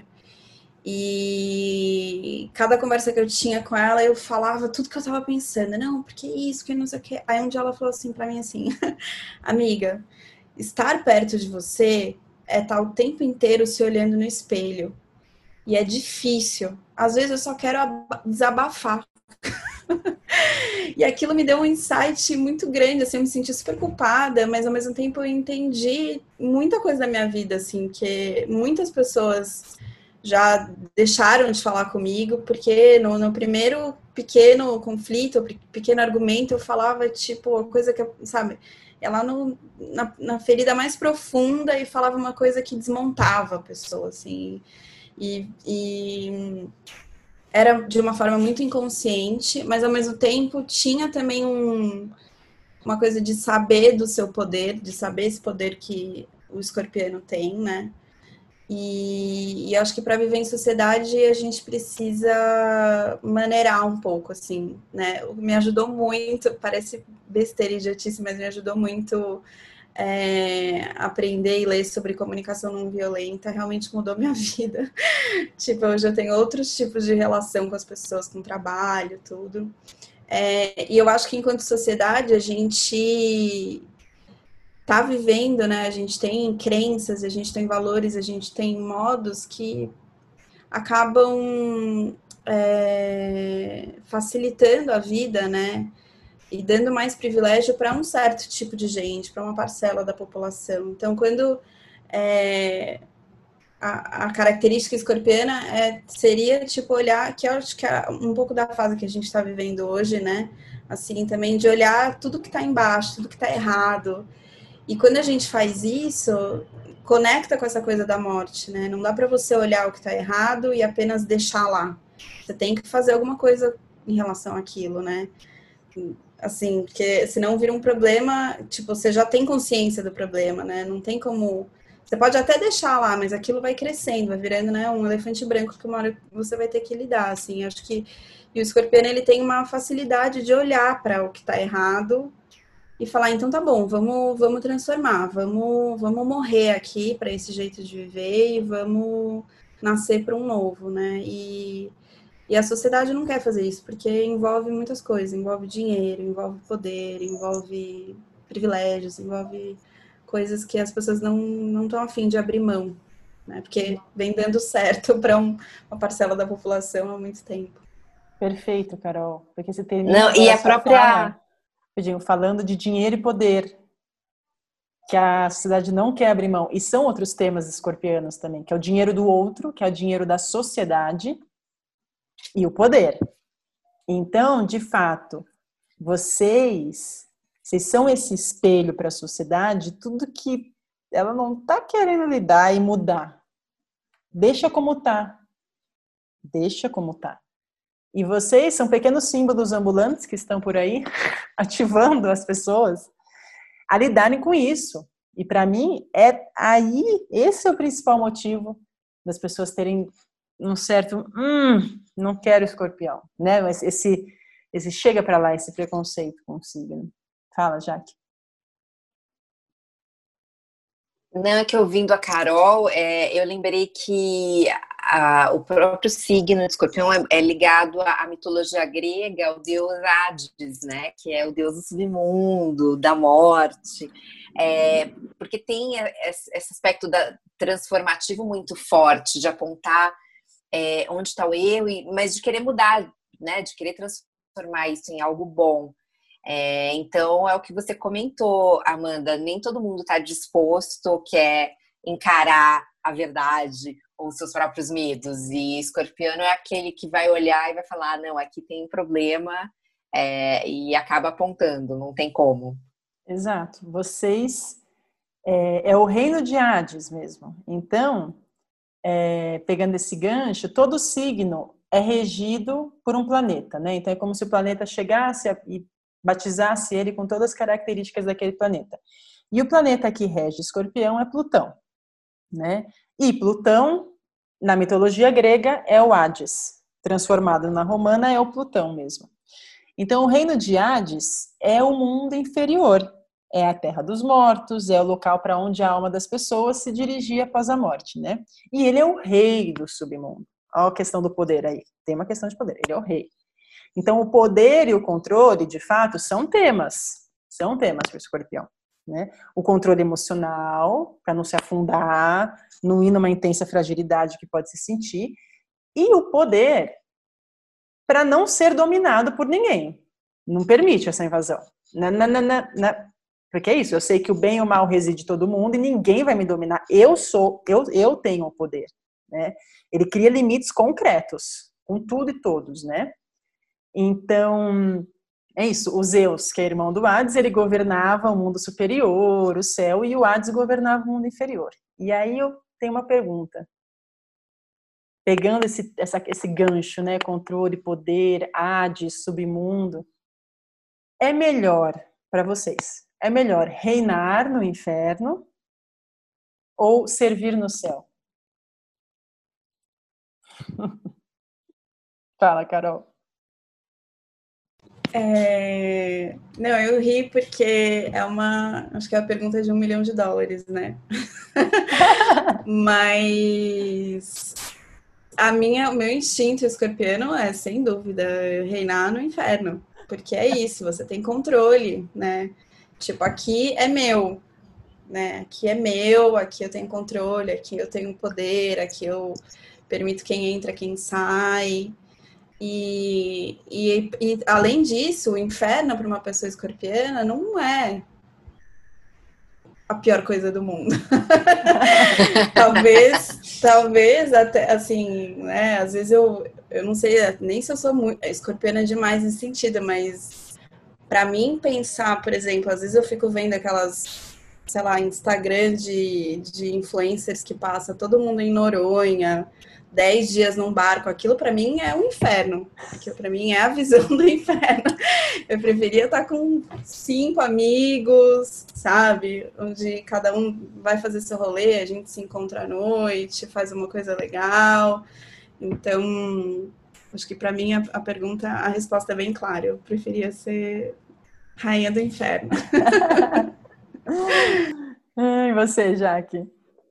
E cada conversa que eu tinha com ela, eu falava tudo que eu estava pensando. Não, porque isso, que não sei o quê. Aí um dia ela falou assim para mim, assim, amiga, estar perto de você é estar o tempo inteiro se olhando no espelho. E é difícil. Às vezes eu só quero desabafar. E aquilo me deu um insight muito grande, assim, eu me senti super culpada, mas ao mesmo tempo eu entendi muita coisa da minha vida, assim, que muitas pessoas já deixaram de falar comigo, porque no, no primeiro pequeno conflito, pequeno argumento, eu falava, tipo, a coisa que, sabe, ela no, na, na ferida mais profunda e falava uma coisa que desmontava a pessoa, assim. E, e era de uma forma muito inconsciente, mas ao mesmo tempo tinha também um, uma coisa de saber do seu poder, de saber esse poder que o escorpiano tem, né? E, e acho que para viver em sociedade a gente precisa maneirar um pouco, assim, né? Me ajudou muito, parece besteira e idiotice, mas me ajudou muito. É, aprender e ler sobre comunicação não violenta realmente mudou minha vida. Tipo, hoje eu tenho outros tipos de relação com as pessoas, com trabalho, tudo. É, e eu acho que enquanto sociedade a gente tá vivendo, né? A gente tem crenças, a gente tem valores, a gente tem modos que acabam é, facilitando a vida, né? E dando mais privilégio para um certo tipo de gente, para uma parcela da população. Então, quando é, a, a característica escorpiana é, seria, tipo, olhar, que eu acho que é um pouco da fase que a gente está vivendo hoje, né? Assim, também de olhar tudo que está embaixo, tudo que está errado. E quando a gente faz isso, conecta com essa coisa da morte, né? Não dá para você olhar o que está errado e apenas deixar lá. Você tem que fazer alguma coisa em relação àquilo, né? Assim, porque senão vira um problema, tipo, você já tem consciência do problema, né? Não tem como... Você pode até deixar lá, mas aquilo vai crescendo, vai virando, né, um elefante branco que uma hora você vai ter que lidar, assim. Acho que e o escorpião, ele tem uma facilidade de olhar para o que está errado e falar, então tá bom, vamos, vamos transformar, vamos, vamos morrer aqui para esse jeito de viver e vamos, nascer para um novo, né? E, e a sociedade não quer fazer isso, porque envolve muitas coisas, envolve dinheiro, envolve poder, envolve privilégios, envolve coisas que as pessoas não não estão afim de abrir mão, né? Porque vem dando certo para um, uma parcela da população há muito tempo. Perfeito, Carol. Porque você termina Não, e agora a sua própria. fala, eu digo, falando de dinheiro e poder, que a sociedade não quer abrir mão. E são outros temas escorpianos também, que é o dinheiro do outro, que é o dinheiro da sociedade e o poder. Então, de fato, vocês, vocês são esse espelho para a sociedade, tudo que ela não está querendo lidar e mudar. Deixa como tá. Deixa como tá. E vocês são pequenos símbolos ambulantes que estão por aí, ativando as pessoas a lidarem com isso. E para mim, é aí, esse é o principal motivo das pessoas terem um certo, hum, não quero escorpião, né? Esse, esse chega para lá, esse preconceito com o signo. Fala, Jaque. Não, é que ouvindo a Carol, é, eu lembrei que a, o próprio signo de escorpião é, é ligado à, à mitologia grega, ao deus Hades, né? Que é o deus do submundo, da morte. É, porque tem esse aspecto da, transformativo muito forte, de apontar é, onde está o erro, mas de querer mudar, né? De querer transformar isso em algo bom. É, então, é o que você comentou, Amanda, nem todo mundo está disposto, quer encarar a verdade ou seus próprios medos, e escorpiano é aquele que vai olhar e vai falar, não, aqui tem um problema, é, e acaba apontando, não tem como. Exato, vocês, é, é o reino de Hades mesmo, então, é, pegando esse gancho, todo signo é regido por um planeta, né? Então, é como se o planeta chegasse a, e batizasse ele com todas as características daquele planeta. E o planeta que rege Escorpião é Plutão, né? E Plutão, na mitologia grega, é o Hades, transformado na romana é o Plutão mesmo. Então, o reino de Hades é o mundo inferior, é a terra dos mortos, é o local para onde a alma das pessoas se dirigia após a morte, né? E ele é o rei do submundo. Olha a questão do poder aí, tem uma questão de poder, ele é o rei. Então, o poder e o controle, de fato, são temas. São temas para o escorpião. Né? O controle emocional, para não se afundar, não ir numa intensa fragilidade que pode se sentir. E o poder, para não ser dominado por ninguém. Não permite essa invasão. Na, na, na, na. Porque é isso, eu sei que o bem e o mal reside em todo mundo e ninguém vai me dominar. Eu sou, eu, eu tenho o poder. Né? Ele cria limites concretos, com tudo e todos, né? Então, é isso, o Zeus, que é irmão do Hades, ele governava o mundo superior, o céu, e o Hades governava o mundo inferior. E aí eu tenho uma pergunta. Pegando esse, essa, esse gancho, né, controle, poder, Hades, submundo, é melhor para vocês, é melhor reinar no inferno ou servir no céu? Fala, Carol. É... Não, eu ri porque é uma, acho que é a pergunta de um milhão de dólares, né? Mas a minha, o meu instinto escorpiano é, sem dúvida, reinar no inferno, porque é isso, você tem controle, né? Tipo, aqui é meu, né? Aqui é meu, aqui eu tenho controle, aqui eu tenho poder, aqui eu permito quem entra, quem sai. E, e, e além disso, o inferno para uma pessoa escorpiana não é a pior coisa do mundo. talvez, talvez até assim, né? Às vezes eu, eu não sei nem se eu sou muito escorpiana demais nesse sentido, mas para mim pensar, por exemplo, às vezes eu fico vendo aquelas, sei lá, Instagram de, de influencers que passa todo mundo em Noronha, dez dias num barco, aquilo para mim é um inferno. Aquilo para mim é a visão do inferno. Eu preferia estar com cinco amigos, sabe? Onde cada um vai fazer seu rolê, a gente se encontra à noite, faz uma coisa legal. Então, acho que para mim a, a pergunta, a resposta é bem clara. Eu preferia ser rainha do inferno. E você, Jaque?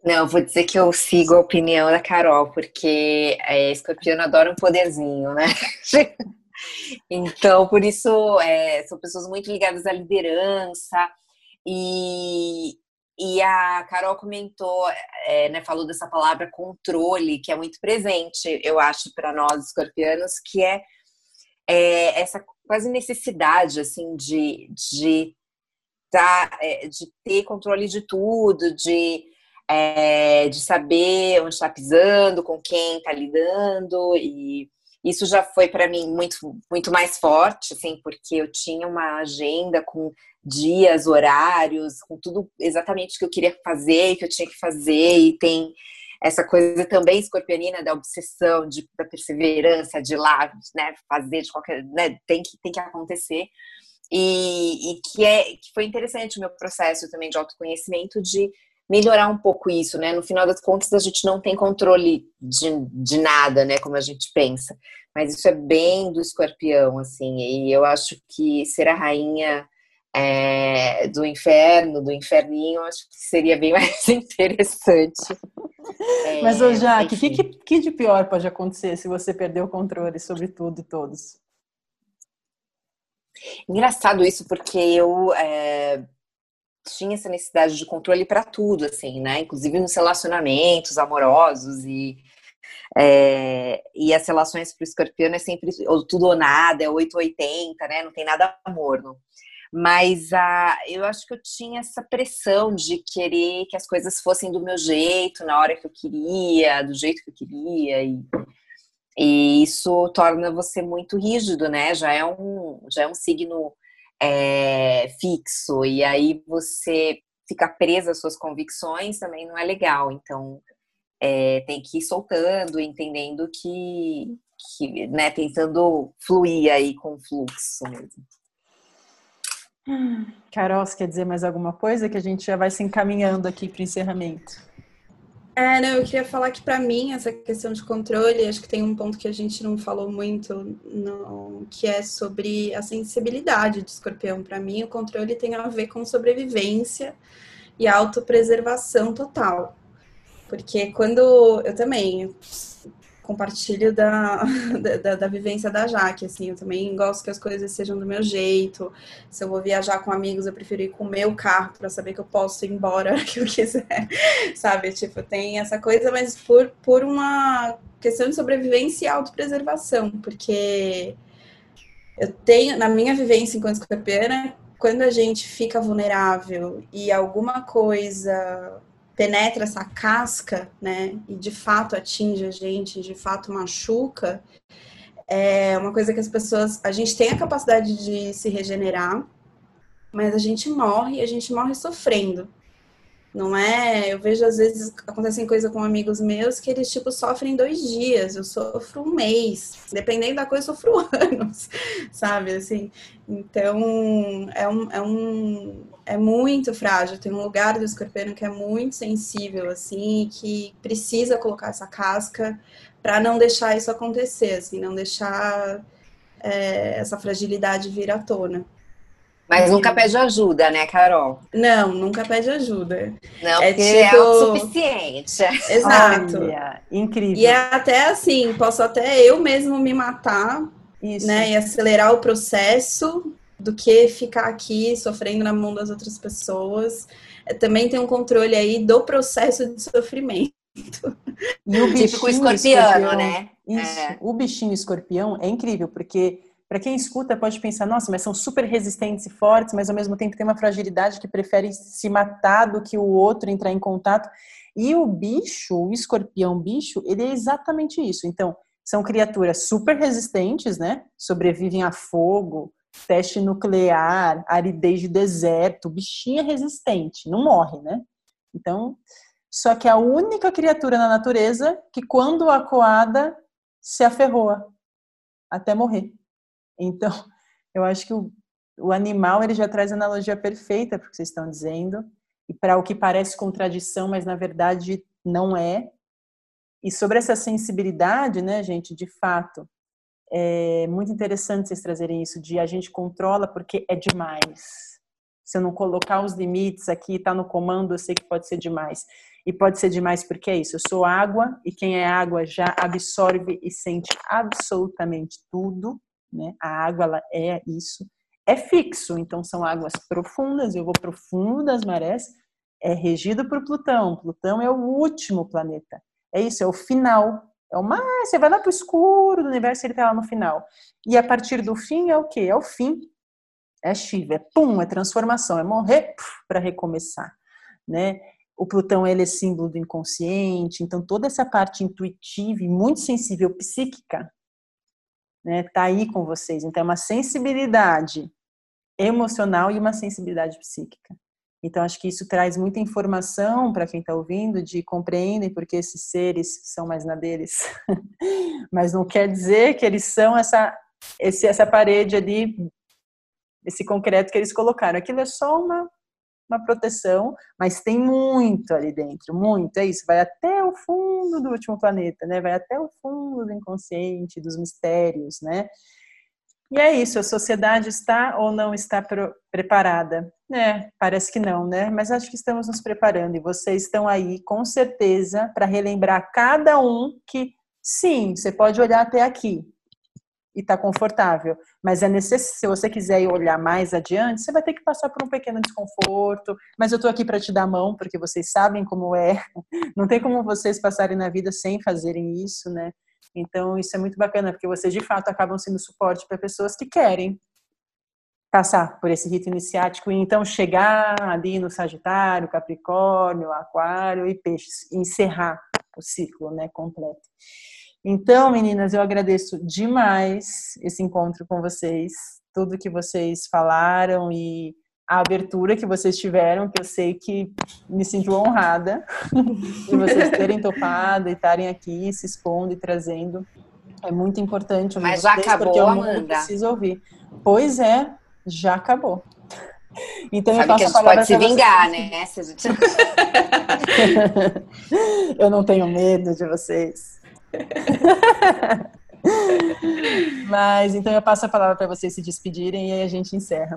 Não, eu vou dizer que eu sigo a opinião da Carol, porque é, escorpião adora um poderzinho, né? Então, por isso, é, são pessoas muito ligadas à liderança. E, e a Carol comentou, é, né, falou dessa palavra controle, que é muito presente, eu acho, para nós escorpianos, que é, é essa quase necessidade, assim, de, de, tá, é, de ter controle de tudo, de, é, de saber onde está pisando, com quem está lidando, e isso já foi para mim muito, muito mais forte, assim, porque eu tinha uma agenda com dias, horários, com tudo exatamente o que eu queria fazer, que eu tinha que fazer, e tem essa coisa também escorpionina da obsessão, de, da perseverança, de ir lá, né, fazer de qualquer, né, tem que, tem que acontecer, e, e que, é, que foi interessante o meu processo também de autoconhecimento, de melhorar um pouco isso, né? No final das contas, a gente não tem controle de, de nada, né? Como a gente pensa. Mas isso é bem do escorpião, assim. E eu acho que ser a rainha é, do inferno, do inferninho, acho que seria bem mais interessante. É, Mas, ô Jaque, o que, que, que de pior pode acontecer se você perder o controle sobre tudo e todos? Engraçado isso, porque eu... É, tinha essa necessidade de controle para tudo, assim, né? Inclusive nos relacionamentos amorosos e, é, e as relações para o escorpião é sempre ou tudo ou nada, é oito ou oitenta, né? Não tem nada morno. Mas a, eu acho que eu tinha essa pressão de querer que as coisas fossem do meu jeito, na hora que eu queria, do jeito que eu queria, e, e isso torna você muito rígido, né? Já é um, já é um signo É, fixo, e aí você fica presa às suas convicções também não é legal, então é, tem que ir soltando, entendendo que, que né, tentando fluir aí com o fluxo mesmo. Carol, você quer dizer mais alguma coisa? Que a gente já vai se encaminhando aqui para o encerramento. É, não, eu queria falar que para mim essa questão de controle, acho que tem um ponto que a gente não falou muito, no, que é sobre a sensibilidade do escorpião. Para mim, o controle tem a ver com sobrevivência e autopreservação total. Porque quando eu também compartilho da, da, da vivência da Jaque, assim, eu também gosto que as coisas sejam do meu jeito. Se eu vou viajar com amigos, eu prefiro ir com o meu carro para saber que eu posso ir embora a hora que eu quiser, sabe? Tipo, tem essa coisa, mas por, por uma questão de sobrevivência e autopreservação, porque eu tenho, na minha vivência enquanto escorpiana, quando a gente fica vulnerável e alguma coisa penetra essa casca, né, e de fato atinge a gente, de fato machuca, é uma coisa que as pessoas, a gente tem a capacidade de se regenerar, mas a gente morre, e a gente morre sofrendo. Não é? Eu vejo às vezes acontecem coisas com amigos meus que eles tipo sofrem dois dias, eu sofro um mês, dependendo da coisa eu sofro anos, sabe assim? Então é um, é um é muito frágil. Tem um lugar do escorpião que é muito sensível assim, que precisa colocar essa casca para não deixar isso acontecer, assim, não deixar é, essa fragilidade vir à tona. Mas nunca pede ajuda, né, Carol? Não, nunca pede ajuda. Não, é porque tipo... é autossuficiente. Exato. Olha, incrível. E é até assim, posso até eu mesmo me matar, Isso. né, e acelerar o processo do que ficar aqui sofrendo na mão das outras pessoas. É, também tem um controle aí do processo de sofrimento. E o bichinho Típico escorpiano, escorpião, né? Isso. É. O bichinho escorpião é incrível, porque para quem escuta pode pensar, nossa, mas são super resistentes e fortes, mas ao mesmo tempo tem uma fragilidade que prefere se matar do que o outro entrar em contato. E o bicho, o escorpião bicho, ele é exatamente isso. Então, são criaturas super resistentes, né? Sobrevivem a fogo, teste nuclear, aridez de deserto. O bichinho é resistente, não morre, né? Então, só que é a única criatura na natureza que quando acuada se aferroa até morrer. Então, eu acho que o, o animal ele já traz a analogia perfeita para o que vocês estão dizendo e para o que parece contradição, mas na verdade não é. E sobre essa sensibilidade, né, gente, de fato, é muito interessante vocês trazerem isso de a gente controla porque é demais. Se eu não colocar os limites aqui, tá no comando, eu sei que pode ser demais. E pode ser demais porque é isso, eu sou água, e quem é água já absorve e sente absolutamente tudo, né? A água, ela é isso. É fixo, então são águas profundas, eu vou pro fundo das marés, é regido por Plutão. Plutão é o último planeta. É isso, é o final. É o mais, você vai lá pro escuro do universo, ele tá lá no final. E a partir do fim é o quê? É o fim. É Shiva, é pum, é transformação, é morrer para recomeçar, né? O Plutão, ele é símbolo do inconsciente, então toda essa parte intuitiva e muito sensível psíquica, né, tá aí com vocês. Então é uma sensibilidade emocional e uma sensibilidade psíquica. Então acho que isso traz muita informação para quem está ouvindo, de compreendem porque esses seres são mais na deles, mas não quer dizer que eles são essa, esse, essa parede ali, esse concreto que eles colocaram. Aquilo é só uma uma proteção, mas tem muito ali dentro, muito, é isso, vai até o fundo do último planeta, né, vai até o fundo do inconsciente, dos mistérios, né, e é isso, a sociedade está ou não está pro, preparada, né, parece que não, né, mas acho que estamos nos preparando, e vocês estão aí, com certeza, para relembrar cada um que, sim, você pode olhar até aqui, e está confortável, mas é necessário, se você quiser ir olhar mais adiante, você vai ter que passar por um pequeno desconforto, mas eu estou aqui para te dar a mão, porque vocês sabem como é, não tem como vocês passarem na vida sem fazerem isso, né, então isso é muito bacana, porque vocês de fato acabam sendo suporte para pessoas que querem passar por esse rito iniciático, e então chegar ali no Sagitário, Capricórnio, Aquário e Peixes, e encerrar o ciclo, né, completo. Então, meninas, eu agradeço demais esse encontro com vocês, tudo que vocês falaram e a abertura que vocês tiveram, que eu sei que me sinto honrada de vocês terem topado e estarem aqui se expondo e trazendo. É muito importante ouvir Mas já vocês, acabou, porque o mundo Amanda? precisa ouvir. Pois é, já acabou. Então Sabe eu passo que a a gente palavra pode se para vingar, vocês. né? Se a gente... Eu não tenho medo de vocês. Mas então eu passo a palavra para vocês se despedirem e aí a gente encerra.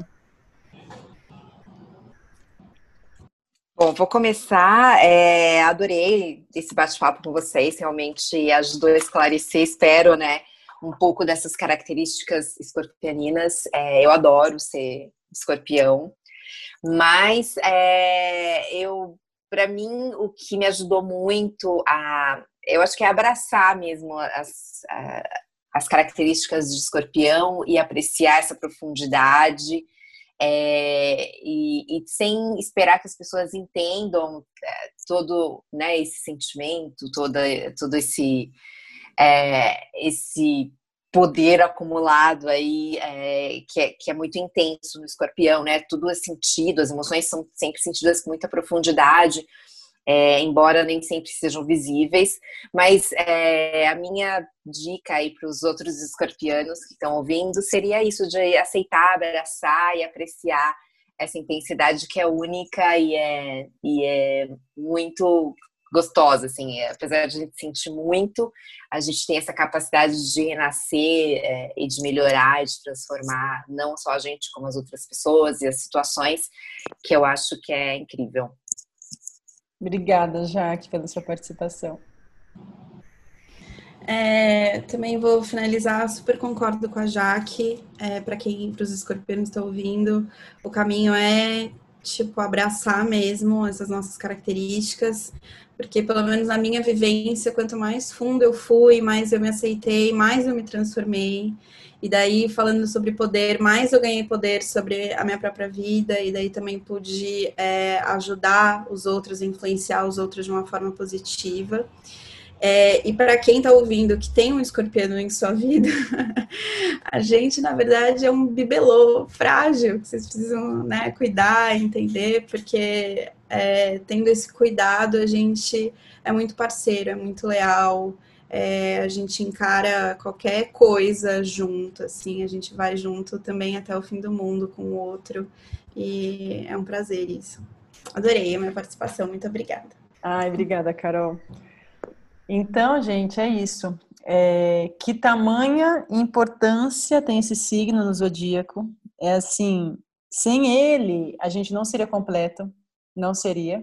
Bom, vou começar. É, adorei esse bate-papo com vocês, realmente ajudou a esclarecer, espero, né, um pouco dessas características escorpianinas. É, eu adoro ser escorpião, mas é, eu, para mim, o que me ajudou muito a, eu acho que é abraçar mesmo as, as características de escorpião e apreciar essa profundidade. É, e, e sem esperar que as pessoas entendam é, todo, né, esse sentimento, toda, todo esse, é, esse poder acumulado aí, é, que, é, que é muito intenso no escorpião, né? Tudo é sentido, as emoções são sempre sentidas com muita profundidade, é, embora nem sempre sejam visíveis, mas é, a minha dica aí para os outros escorpianos que estão ouvindo seria isso, de aceitar, abraçar e apreciar essa intensidade que é única e é, e é muito gostosa, assim, é, apesar de a gente sentir muito, a gente tem essa capacidade de renascer é, e de melhorar e de transformar não só a gente, como as outras pessoas e as situações, que eu acho que é incrível. Obrigada, Jaque, pela sua participação. É, também vou finalizar, super concordo com a Jaque. É, para quem, para os escorpianos estão ouvindo, o caminho é tipo abraçar mesmo essas nossas características, porque pelo menos na minha vivência, quanto mais fundo eu fui, mais eu me aceitei, mais eu me transformei. E daí, falando sobre poder, mais eu ganhei poder sobre a minha própria vida, e daí também pude é, ajudar os outros, influenciar os outros de uma forma positiva. É, e para quem está ouvindo que tem um escorpiano em sua vida, a gente, na verdade, é um bibelô frágil, que vocês precisam, né, cuidar, entender, porque é, tendo esse cuidado, a gente é muito parceiro, é muito leal, é, a gente encara qualquer coisa junto, assim, a gente vai junto também até o fim do mundo com o outro, e é um prazer isso. Adorei a minha participação, muito obrigada. Ai, obrigada, Carol. Então, gente, é isso. É, que tamanha importância tem esse signo no zodíaco? É assim, sem ele, a gente não seria completo, não seria.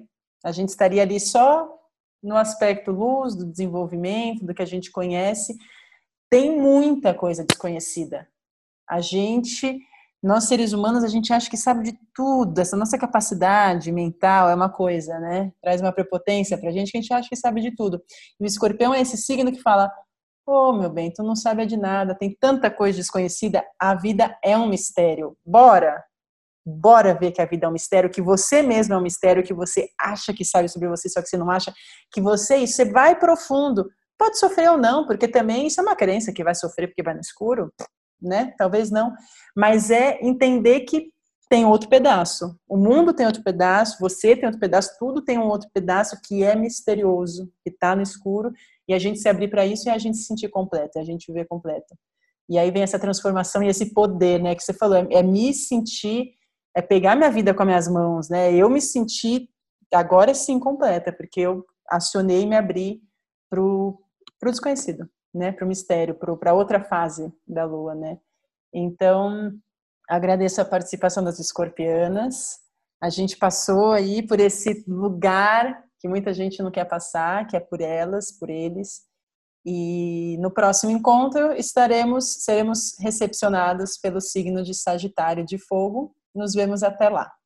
A gente estaria ali só no aspecto luz, do desenvolvimento, do que a gente conhece. Tem muita coisa desconhecida. A gente, nós seres humanos, a gente acha que sabe de tudo. Essa nossa capacidade mental é uma coisa, né? Traz uma prepotência pra gente que a gente acha que sabe de tudo. E o escorpião é esse signo que fala: ô, oh, meu bem, tu não sabe de nada, tem tanta coisa desconhecida, a vida é um mistério. Bora! Bora ver que a vida é um mistério, que você mesmo é um mistério, que você acha que sabe sobre você, só que você não acha, que você, isso, você vai profundo. Pode sofrer ou não, porque também isso é uma crença que vai sofrer porque vai no escuro, né? Talvez não. Mas é entender que tem outro pedaço. O mundo tem outro pedaço, você tem outro pedaço, tudo tem um outro pedaço que é misterioso, que está no escuro, e a gente se abrir para isso e a gente se sentir completa, a gente viver completa. E aí vem essa transformação e esse poder, né, que você falou, é, é me sentir, é pegar minha vida com as minhas mãos, né? Eu me senti agora sim completa, porque eu acionei e me abri pro pro desconhecido, né? Pro mistério, para outra fase da lua, né? Então, agradeço a participação das escorpianas. A gente passou aí por esse lugar que muita gente não quer passar, que é por elas, por eles. E no próximo encontro estaremos, seremos recepcionados pelo signo de Sagitário de Fogo. Nos vemos até lá.